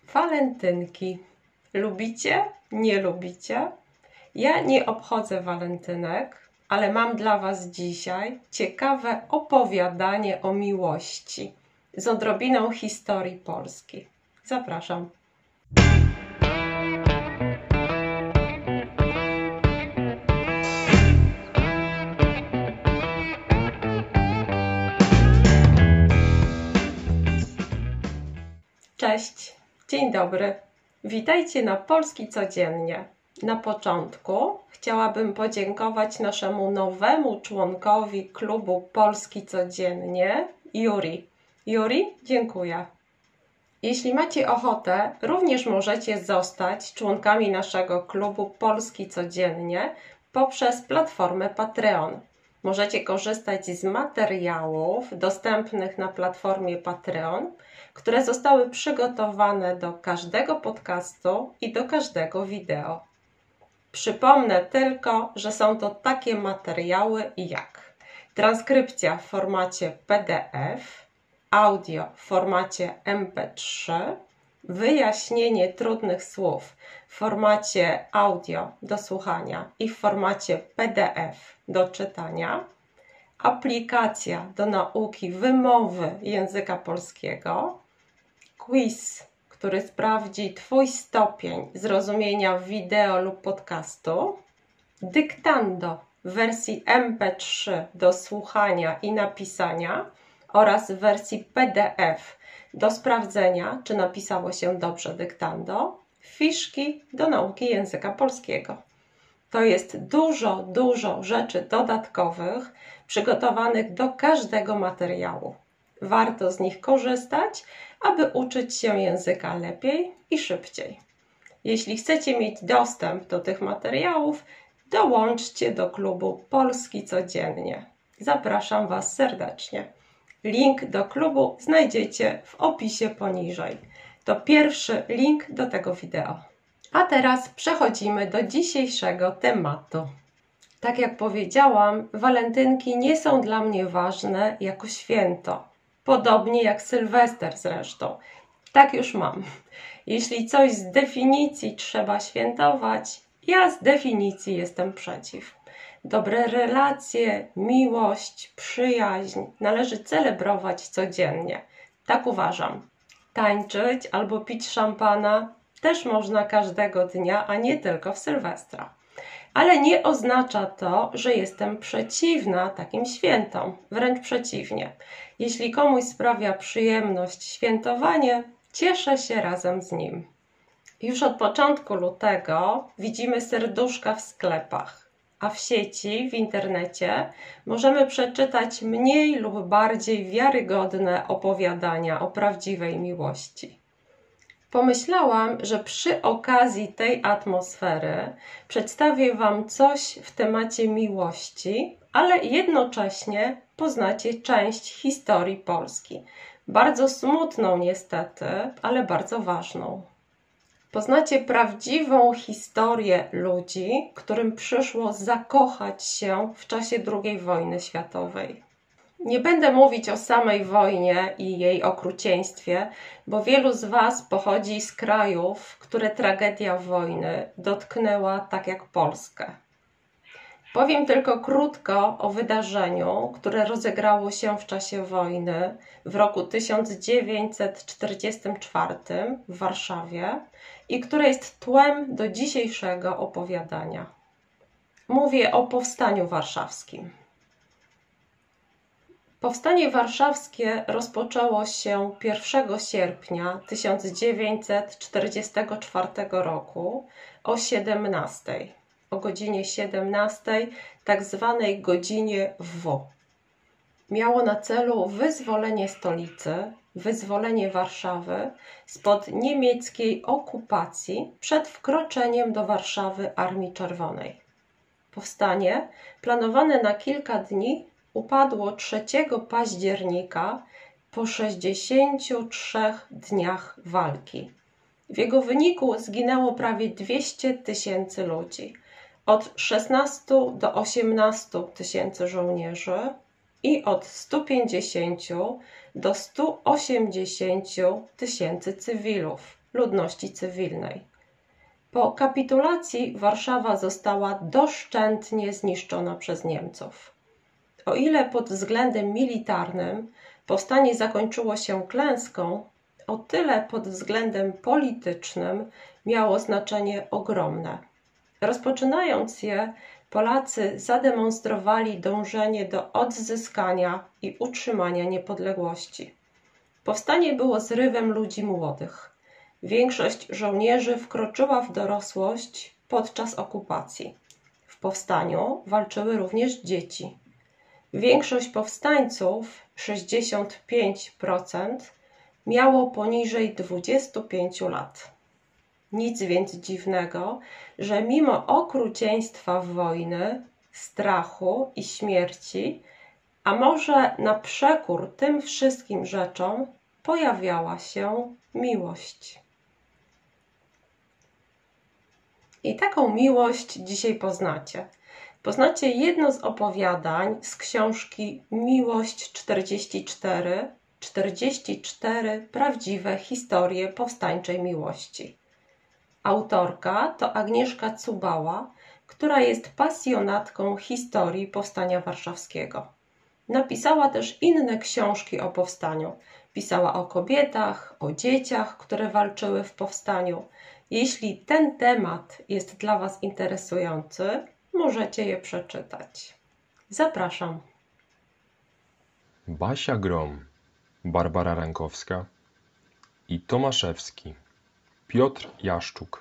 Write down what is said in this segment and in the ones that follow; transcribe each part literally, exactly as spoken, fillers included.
Walentynki. Lubicie? Nie lubicie? Ja nie obchodzę walentynek, ale mam dla Was dzisiaj ciekawe opowiadanie o miłości z odrobiną historii Polski. Zapraszam. Cześć, dzień dobry. Witajcie na Polski Codziennie. Na początku chciałabym podziękować naszemu nowemu członkowi klubu Polski Codziennie, Juri. Juri, dziękuję. Jeśli macie ochotę, również możecie zostać członkami naszego klubu Polski Codziennie poprzez platformę Patreon. Możecie korzystać z materiałów dostępnych na platformie Patreon, które zostały przygotowane do każdego podcastu i do każdego wideo. Przypomnę tylko, że są to takie materiały jak transkrypcja w formacie P D F, audio w formacie M P trzy, wyjaśnienie trudnych słów w formacie audio do słuchania i w formacie P D F do czytania, aplikacja do nauki wymowy języka polskiego, quiz, który sprawdzi Twój stopień zrozumienia wideo lub podcastu, dyktando w wersji M P trzy do słuchania i napisania oraz w wersji P D F do sprawdzenia, czy napisało się dobrze dyktando, fiszki do nauki języka polskiego. To jest dużo, dużo rzeczy dodatkowych przygotowanych do każdego materiału. Warto z nich korzystać, aby uczyć się języka lepiej i szybciej. Jeśli chcecie mieć dostęp do tych materiałów, dołączcie do klubu Polski Codziennie. Zapraszam Was serdecznie. Link do klubu znajdziecie w opisie poniżej. To pierwszy link do tego wideo. A teraz przechodzimy do dzisiejszego tematu. Tak jak powiedziałam, walentynki nie są dla mnie ważne jako święto. Podobnie jak Sylwester zresztą. Tak już mam. Jeśli coś z definicji trzeba świętować, ja z definicji jestem przeciw. Dobre relacje, miłość, przyjaźń należy celebrować codziennie. Tak uważam. Tańczyć albo pić szampana też można każdego dnia, a nie tylko w Sylwestra. Ale nie oznacza to, że jestem przeciwna takim świętom. Wręcz przeciwnie. Jeśli komuś sprawia przyjemność świętowanie, cieszę się razem z nim. Już od początku lutego widzimy serduszka w sklepach, a w sieci, w internecie możemy przeczytać mniej lub bardziej wiarygodne opowiadania o prawdziwej miłości. Pomyślałam, że przy okazji tej atmosfery przedstawię Wam coś w temacie miłości, ale jednocześnie poznacie część historii Polski. Bardzo smutną niestety, ale bardzo ważną. Poznacie prawdziwą historię ludzi, którym przyszło zakochać się w czasie drugiej wojny światowej. Nie będę mówić o samej wojnie i jej okrucieństwie, bo wielu z Was pochodzi z krajów, które tragedia wojny dotknęła tak jak Polskę. Powiem tylko krótko o wydarzeniu, które rozegrało się w czasie wojny w roku tysiąc dziewięćset czterdziestym czwartym w Warszawie i które jest tłem do dzisiejszego opowiadania. Mówię o Powstaniu Warszawskim. Powstanie warszawskie rozpoczęło się pierwszego sierpnia tysiąc dziewięćset czterdziestego czwartego roku o siedemnastej, o godzinie siedemnastej, tak zwanej godzinie W. Miało na celu wyzwolenie stolicy, wyzwolenie Warszawy spod niemieckiej okupacji przed wkroczeniem do Warszawy Armii Czerwonej. Powstanie, planowane na kilka dni, upadło trzeciego października po sześćdziesięciu trzech dniach walki. W jego wyniku zginęło prawie dwieście tysięcy ludzi, od szesnastu do osiemnastu tysięcy żołnierzy i od stu pięćdziesięciu do stu osiemdziesięciu tysięcy cywilów, ludności cywilnej. Po kapitulacji Warszawa została doszczętnie zniszczona przez Niemców. O ile pod względem militarnym powstanie zakończyło się klęską, o tyle pod względem politycznym miało znaczenie ogromne. Rozpoczynając je, Polacy zademonstrowali dążenie do odzyskania i utrzymania niepodległości. Powstanie było zrywem ludzi młodych. Większość żołnierzy wkroczyła w dorosłość podczas okupacji. W powstaniu walczyły również dzieci. Większość powstańców, sześćdziesiąt pięć procent, miało poniżej dwudziestu pięciu lat. Nic więc dziwnego, że mimo okrucieństwa wojny, strachu i śmierci, a może na przekór tym wszystkim rzeczom, pojawiała się miłość. I taką miłość dzisiaj poznacie. Poznacie jedno z opowiadań z książki Miłość czterdzieści cztery, czterdzieści cztery prawdziwe historie powstańczej miłości. Autorka to Agnieszka Cubała, która jest pasjonatką historii Powstania Warszawskiego. Napisała też inne książki o powstaniu. Pisała o kobietach, o dzieciach, które walczyły w powstaniu. Jeśli ten temat jest dla Was interesujący, możecie je przeczytać. Zapraszam. Basia Grom, Barbara Rankowska i Tomaszewski, Piotr Jaszczuk.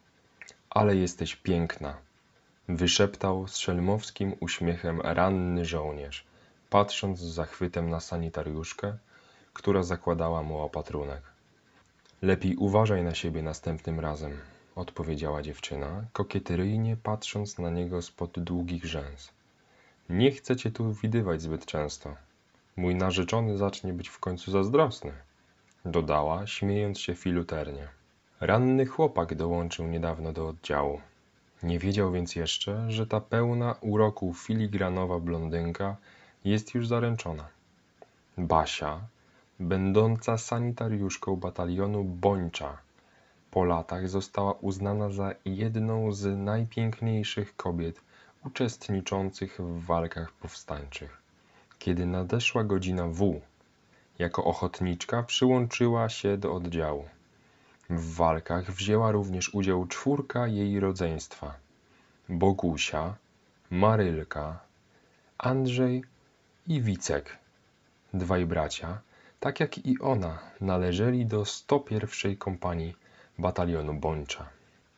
Ale jesteś piękna, wyszeptał z szelmowskim uśmiechem ranny żołnierz, patrząc z zachwytem na sanitariuszkę, która zakładała mu opatrunek. Lepiej uważaj na siebie następnym razem, odpowiedziała dziewczyna, kokieteryjnie patrząc na niego spod długich rzęs. Nie chcę cię tu widywać zbyt często. Mój narzeczony zacznie być w końcu zazdrosny, dodała, śmiejąc się filuternie. Ranny chłopak dołączył niedawno do oddziału. Nie wiedział więc jeszcze, że ta pełna uroku filigranowa blondynka jest już zaręczona. Basia, będąca sanitariuszką batalionu Bończa, po latach została uznana za jedną z najpiękniejszych kobiet uczestniczących w walkach powstańczych. Kiedy nadeszła godzina W, jako ochotniczka przyłączyła się do oddziału. W walkach wzięła również udział czwórka jej rodzeństwa: Bogusia, Marylka, Andrzej i Wicek. Dwaj bracia, tak jak i ona, należeli do sto pierwszej kompanii batalionu Bończa.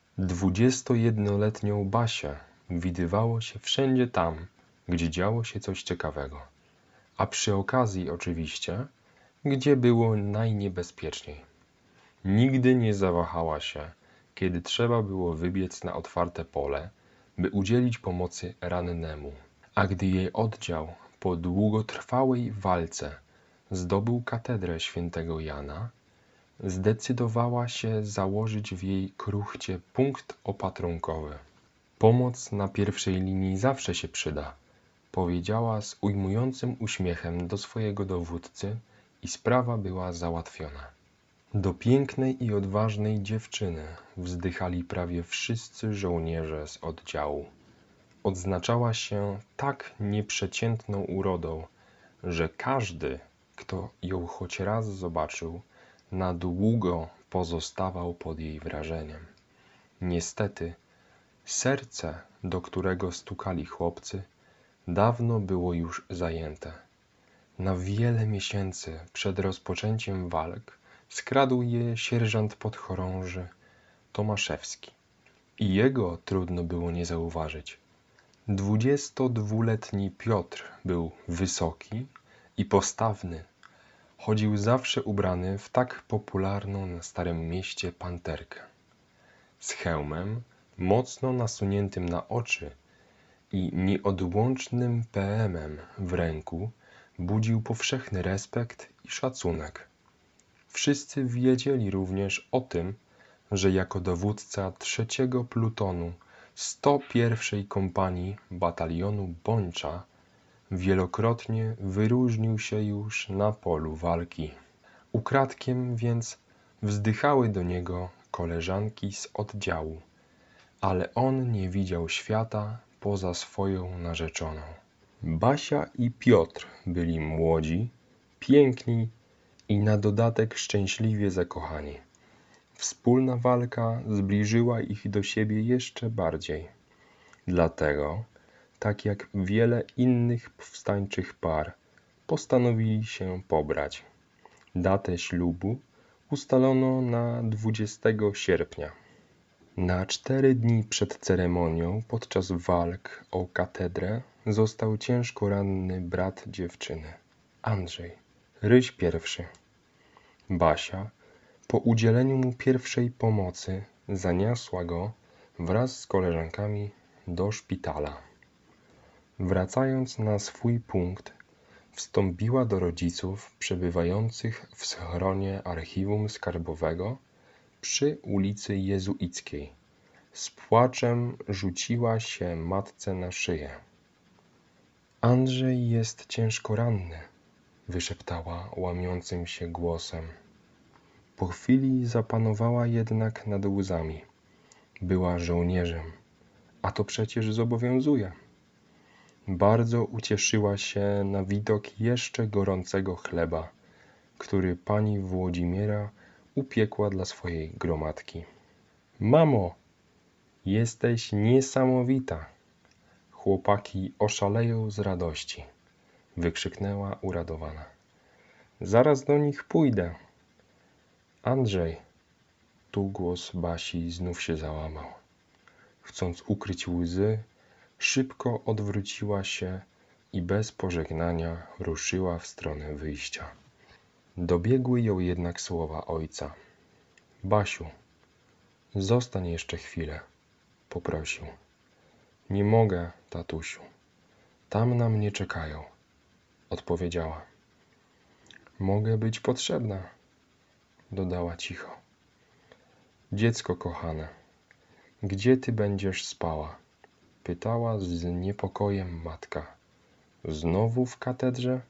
Dwudziestojednoletnią Basię widywało się wszędzie tam, gdzie działo się coś ciekawego, a przy okazji oczywiście, gdzie było najniebezpieczniej. Nigdy nie zawahała się, kiedy trzeba było wybiec na otwarte pole, by udzielić pomocy rannemu. A gdy jej oddział po długotrwałej walce zdobył katedrę świętego Jana, zdecydowała się założyć w jej kruchcie punkt opatrunkowy. Pomoc na pierwszej linii zawsze się przyda, powiedziała z ujmującym uśmiechem do swojego dowódcy i sprawa była załatwiona. Do pięknej i odważnej dziewczyny wzdychali prawie wszyscy żołnierze z oddziału. Odznaczała się tak nieprzeciętną urodą, że każdy, kto ją choć raz zobaczył, na długo pozostawał pod jej wrażeniem. Niestety, serce, do którego stukali chłopcy, dawno było już zajęte. Na wiele miesięcy przed rozpoczęciem walk skradł je sierżant podchorąży Tomaszewski i jego trudno było nie zauważyć. Dwudziestodwuletni Piotr był wysoki i postawny. Chodził zawsze ubrany w tak popularną na Starym Mieście panterkę. Z hełmem, mocno nasuniętym na oczy i nieodłącznym P M-em w ręku budził powszechny respekt i szacunek. Wszyscy wiedzieli również o tym, że jako dowódca trzeciego plutonu sto pierwszej kompanii batalionu Bończa wielokrotnie wyróżnił się już na polu walki. Ukradkiem więc Wzdychały do niego koleżanki z oddziału, ale on nie widział świata poza swoją narzeczoną. Basia i Piotr byli młodzi, piękni i na dodatek szczęśliwie zakochani. Wspólna walka zbliżyła ich do siebie jeszcze bardziej. Dlatego, tak jak wiele innych powstańczych par, postanowili się pobrać. Datę ślubu ustalono na dwudziestego sierpnia. Na cztery dni przed ceremonią, podczas walk o katedrę, został ciężko ranny brat dziewczyny, Andrzej, ryś pierwszy. Basia, po udzieleniu mu pierwszej pomocy, zaniosła go wraz z koleżankami do szpitala. Wracając na swój punkt, wstąpiła do rodziców przebywających w schronie Archiwum Skarbowego przy ulicy Jezuickiej. Z płaczem rzuciła się matce na szyję. Andrzej jest ciężko ranny, wyszeptała łamiącym się głosem. Po chwili zapanowała jednak nad łzami. Była żołnierzem, a to przecież zobowiązuje. Bardzo ucieszyła się na widok jeszcze gorącego chleba, który pani Włodzimiera upiekła dla swojej gromadki. Mamo, jesteś niesamowita! Chłopaki oszaleją z radości, wykrzyknęła uradowana. Zaraz do nich pójdę. Andrzej, tu głos Basi znów się załamał. Chcąc ukryć łzy, szybko odwróciła się i bez pożegnania ruszyła w stronę wyjścia. Dobiegły ją jednak słowa ojca. Basiu, zostań jeszcze chwilę, poprosił. Nie mogę, tatusiu. Tam na mnie czekają, odpowiedziała. Mogę być potrzebna, dodała cicho. Dziecko kochane, gdzie ty będziesz spała? Pytała z niepokojem matka. Znowu w katedrze?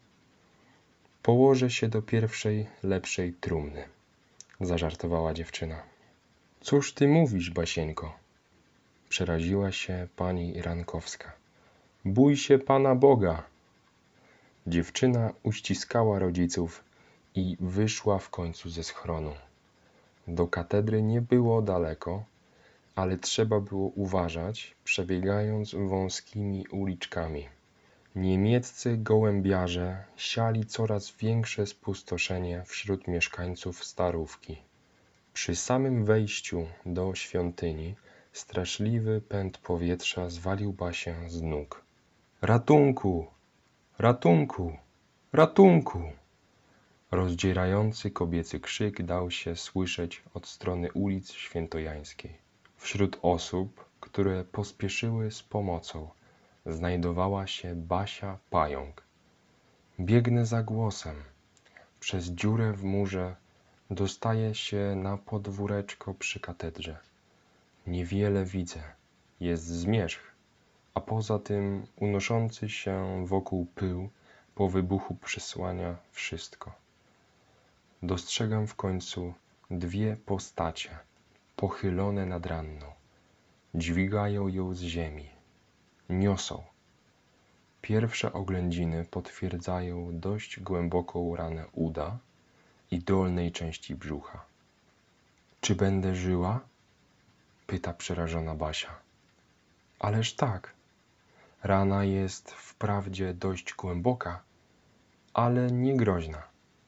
Położę się do pierwszej, lepszej trumny, zażartowała dziewczyna. Cóż ty mówisz, Basieńko? Przeraziła się pani Rankowska. Bój się Pana Boga! Dziewczyna uściskała rodziców i wyszła w końcu ze schronu. Do katedry nie było daleko, ale trzeba było uważać, przebiegając wąskimi uliczkami. Niemieccy gołębiarze siali coraz większe spustoszenie wśród mieszkańców Starówki. Przy samym wejściu do świątyni straszliwy pęd powietrza zwalił Basię z nóg. Ratunku! Ratunku! Ratunku! Rozdzierający kobiecy krzyk dał się słyszeć od strony ulic Świętojańskiej. Wśród osób, które pospieszyły z pomocą, znajdowała się Basia Pająk. Biegnę za głosem. Przez dziurę w murze dostaję się na podwóreczko przy katedrze. Niewiele widzę. Jest zmierzch, a poza tym unoszący się wokół pył po wybuchu przesłania wszystko. Dostrzegam w końcu dwie postacie, pochylone nad ranną. Dźwigają ją z ziemi. Niosą. Pierwsze oględziny potwierdzają dość głęboką ranę uda i dolnej części brzucha. Czy będę żyła? Pyta przerażona Basia. Ależ tak. Rana jest wprawdzie dość głęboka, ale nie groźna.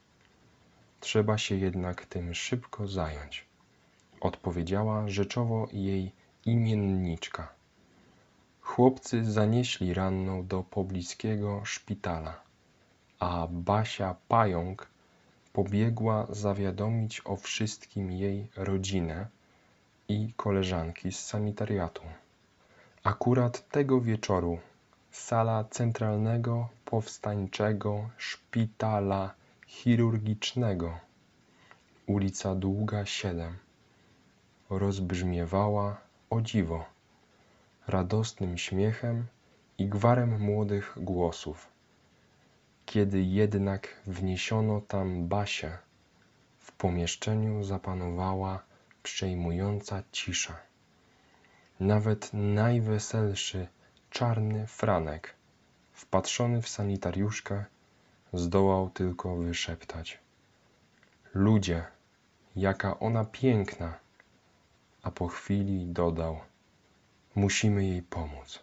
Trzeba się jednak tym szybko zająć, odpowiedziała rzeczowo jej imienniczka. Chłopcy zanieśli ranną do pobliskiego szpitala, a Basia Pająk pobiegła zawiadomić o wszystkim jej rodzinę i koleżanki z sanitariatu. Akurat tego wieczoru sala Centralnego Powstańczego Szpitala Chirurgicznego, ulica Długa siedem, rozbrzmiewała, o dziwo, radosnym śmiechem i gwarem młodych głosów. Kiedy jednak wniesiono tam Basię, w pomieszczeniu zapanowała przejmująca cisza. Nawet najweselszy czarny Franek, wpatrzony w sanitariuszkę, zdołał tylko wyszeptać: ludzie, jaka ona piękna! A po chwili dodał: musimy jej pomóc.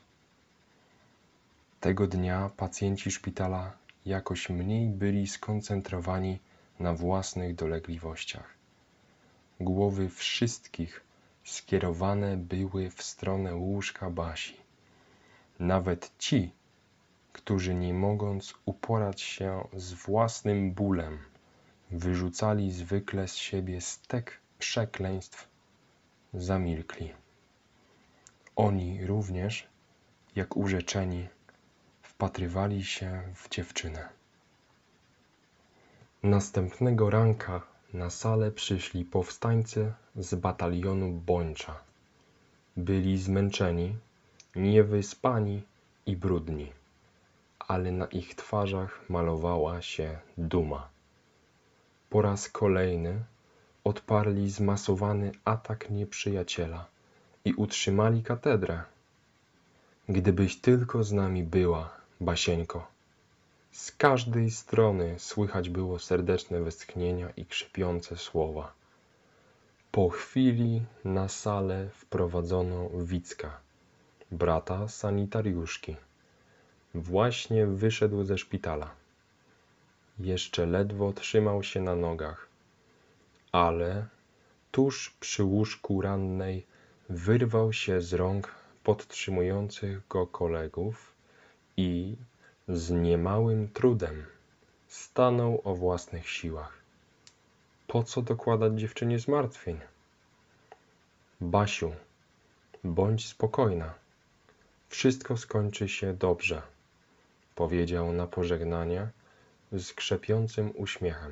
Tego dnia pacjenci szpitala jakoś mniej byli skoncentrowani na własnych dolegliwościach. Głowy wszystkich skierowane były w stronę łóżka Basi. Nawet ci, którzy nie mogąc uporać się z własnym bólem, wyrzucali zwykle z siebie stek przekleństw, zamilkli. Oni również, jak urzeczeni, wpatrywali się w dziewczynę. Następnego ranka na salę przyszli powstańcy z batalionu Bończa. Byli zmęczeni, niewyspani i brudni, ale na ich twarzach malowała się duma. Po raz kolejny odparli zmasowany atak nieprzyjaciela i utrzymali katedrę. Gdybyś tylko z nami była, Basieńko. Z każdej strony słychać było serdeczne westchnienia i krzypiące słowa. Po chwili na salę wprowadzono Wicka, brata sanitariuszki. Właśnie wyszedł ze szpitala. Jeszcze ledwo trzymał się na nogach, ale tuż przy łóżku rannej wyrwał się z rąk podtrzymujących go kolegów i z niemałym trudem stanął o własnych siłach. Po co dokładać dziewczynie zmartwień? Basiu, bądź spokojna. Wszystko skończy się dobrze, powiedział na pożegnanie z krzepiącym uśmiechem.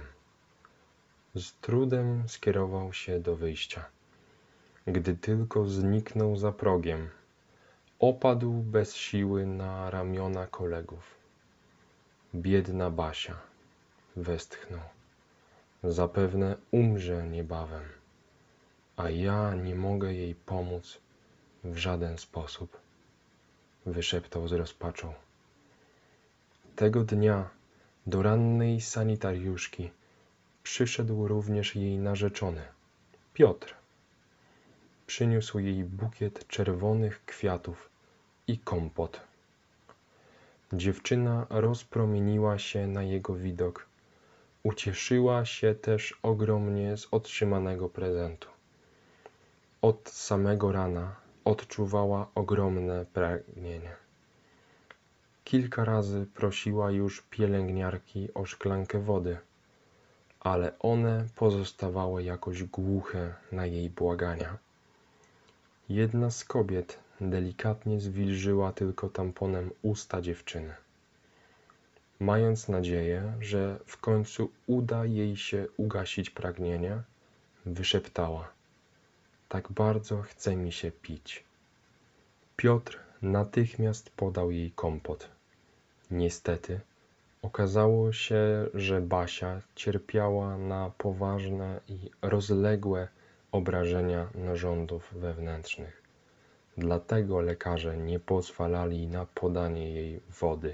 Z trudem skierował się do wyjścia. Gdy tylko zniknął za progiem, opadł bez siły na ramiona kolegów. Biedna Basia, westchnął. Zapewne umrze niebawem, a ja nie mogę jej pomóc w żaden sposób, wyszeptał z rozpaczą. Tego dnia do rannej sanitariuszki przyszedł również jej narzeczony, Piotr. Przyniósł jej bukiet czerwonych kwiatów i kompot. Dziewczyna rozpromieniła się na jego widok. Ucieszyła się też ogromnie z otrzymanego prezentu. Od samego rana odczuwała ogromne pragnienie. Kilka razy prosiła już pielęgniarki o szklankę wody, ale one pozostawały jakoś głuche na jej błagania. Jedna z kobiet delikatnie zwilżyła tylko tamponem usta dziewczyny. Mając nadzieję, że w końcu uda jej się ugasić pragnienie, wyszeptała: tak bardzo chce mi się pić. Piotr natychmiast podał jej kompot. Niestety, okazało się, że Basia cierpiała na poważne i rozległe obrażenia narządów wewnętrznych. Dlatego lekarze nie pozwalali na podanie jej wody.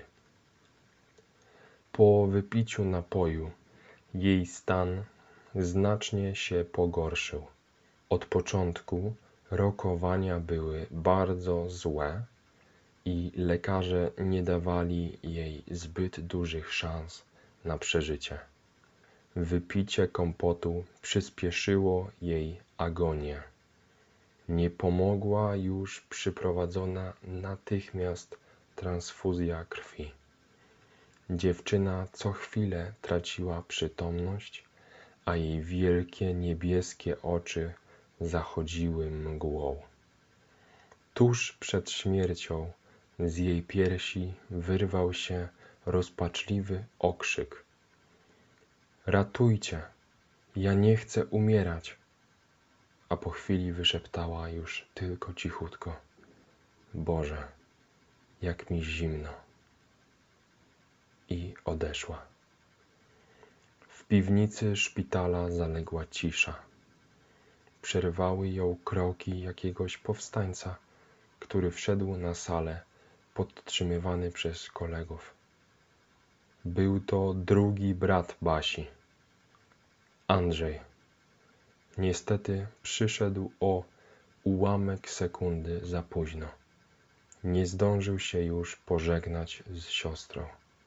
Po wypiciu napoju jej stan znacznie się pogorszył. Od początku rokowania były bardzo złe i lekarze nie dawali jej zbyt dużych szans na przeżycie. Wypicie kompotu przyspieszyło jej agonię. Nie pomogła już przyprowadzona natychmiast transfuzja krwi. Dziewczyna co chwilę traciła przytomność, a jej wielkie niebieskie oczy zachodziły mgłą. Tuż przed śmiercią z jej piersi wyrwał się rozpaczliwy okrzyk. Ratujcie, ja nie chcę umierać. A po chwili wyszeptała już tylko cichutko. Boże, jak mi zimno. I odeszła. W piwnicy szpitala zaległa cisza. Przerwały ją kroki jakiegoś powstańca, który wszedł na salę, podtrzymywany przez kolegów. Był to drugi brat Basi, Andrzej. Niestety przyszedł o ułamek sekundy za późno. Nie zdążył się już pożegnać z siostrą.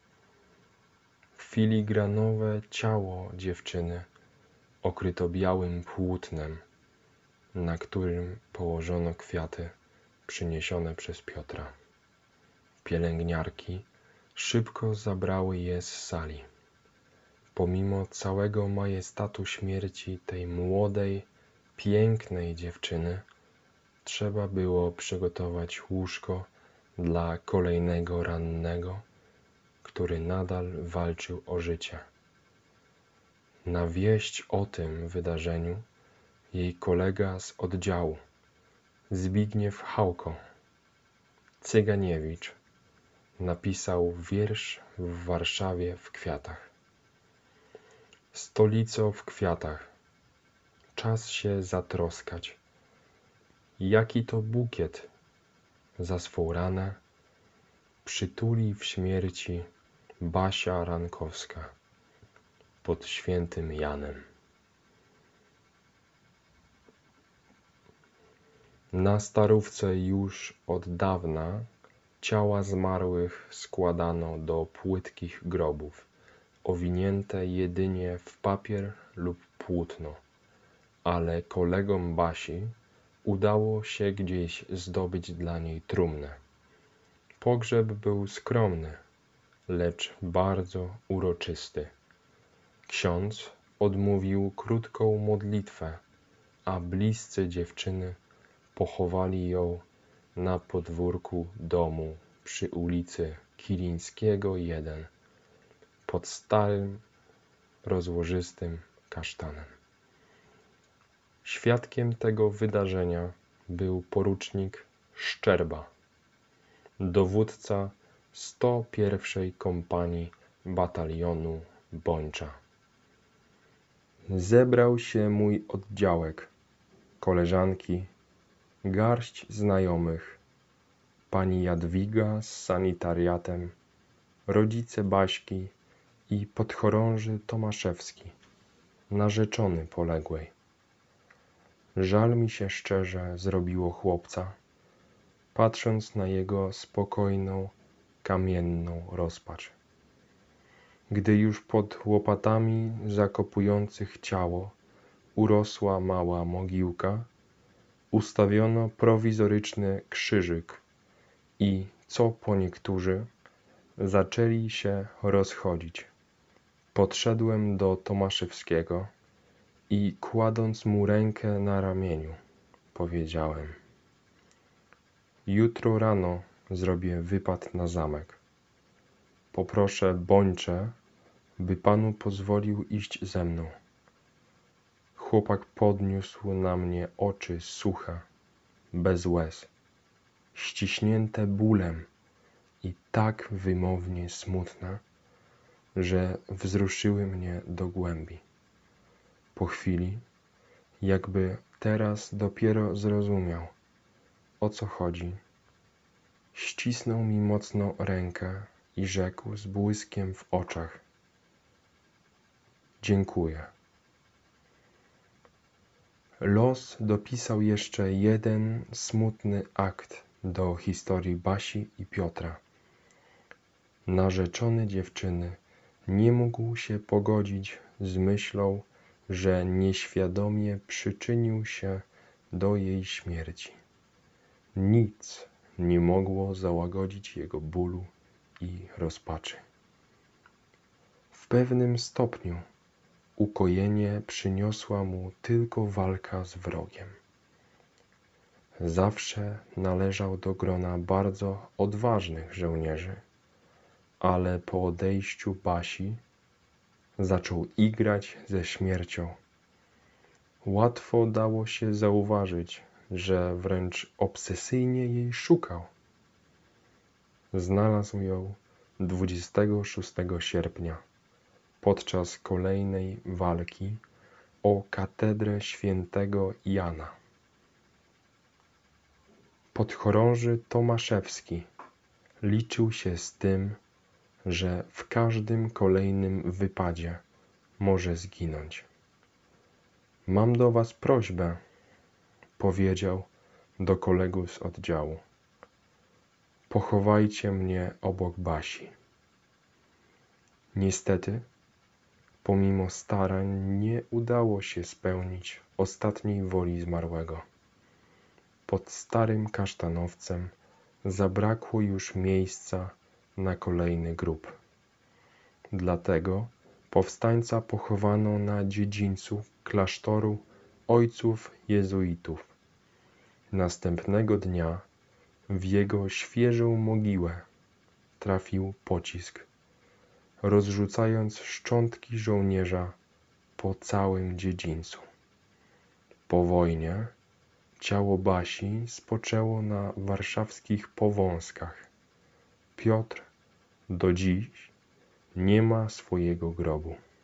Filigranowe ciało dziewczyny okryto białym płótnem, na którym położono kwiaty przyniesione przez Piotra. Pielęgniarki szybko zabrały je z sali. Pomimo całego majestatu śmierci tej młodej, pięknej dziewczyny, trzeba było przygotować łóżko dla kolejnego rannego, który nadal walczył o życie. Na wieść o tym wydarzeniu jej kolega z oddziału, Zbigniew Hałko, Cyganiewicz, napisał wiersz w Warszawie w kwiatach. Stolico w kwiatach, czas się zatroskać. Jaki to bukiet za swą ranę przytuli w śmierci Basia Rankowska pod świętym Janem. Na Starówce już od dawna ciała zmarłych składano do płytkich grobów, owinięte jedynie w papier lub płótno, ale kolegom Basi udało się gdzieś zdobyć dla niej trumnę. Pogrzeb był skromny, lecz bardzo uroczysty. Ksiądz odmówił krótką modlitwę, a bliscy dziewczyny pochowali ją na podwórku domu przy ulicy Kilińskiego jeden, pod starym, rozłożystym kasztanem. Świadkiem tego wydarzenia był porucznik Szczerba, dowódca sto pierwszej kompanii batalionu Bończa. Zebrał się mój oddziałek, koleżanki, garść znajomych, pani Jadwiga z sanitariatem, rodzice Baśki i podchorąży Tomaszewski, narzeczony poległej. Żal mi się szczerze zrobiło chłopca, patrząc na jego spokojną, kamienną rozpacz. Gdy już pod łopatami zakopujących ciało urosła mała mogiłka, ustawiono prowizoryczny krzyżyk i, co po niektórzy, zaczęli się rozchodzić. Podszedłem do Tomaszewskiego i kładąc mu rękę na ramieniu, powiedziałem: jutro rano zrobię wypad na zamek. Poproszę Bończe, by panu pozwolił iść ze mną. Chłopak podniósł na mnie oczy suche, bez łez, ściśnięte bólem i tak wymownie smutne, że wzruszyły mnie do głębi. Po chwili, jakby teraz dopiero zrozumiał, o co chodzi, ścisnął mi mocno rękę i rzekł z błyskiem w oczach: dziękuję. Los dopisał jeszcze jeden smutny akt do historii Basi i Piotra. Narzeczony dziewczyny nie mógł się pogodzić z myślą, że nieświadomie przyczynił się do jej śmierci. Nic nie mogło załagodzić jego bólu i rozpaczy. W pewnym stopniu ukojenie przyniosła mu tylko walka z wrogiem. Zawsze należał do grona bardzo odważnych żołnierzy, ale po odejściu Basi zaczął igrać ze śmiercią. Łatwo dało się zauważyć, że wręcz obsesyjnie jej szukał. Znalazł ją dwudziestego szóstego sierpnia podczas kolejnej walki o katedrę świętego Jana. Podchorąży Tomaszewski liczył się z tym, że w każdym kolejnym wypadzie może zginąć. Mam do was prośbę, powiedział do kolegów z oddziału. Pochowajcie mnie obok Basi. Niestety, pomimo starań nie udało się spełnić ostatniej woli zmarłego. Pod starym kasztanowcem zabrakło już miejsca na kolejny grób. Dlatego powstańca pochowano na dziedzińcu klasztoru ojców jezuitów. Następnego dnia w jego świeżą mogiłę trafił pocisk, rozrzucając szczątki żołnierza po całym dziedzińcu. Po wojnie ciało Basi spoczęło na warszawskich Powązkach. Piotr do dziś nie ma swojego grobu.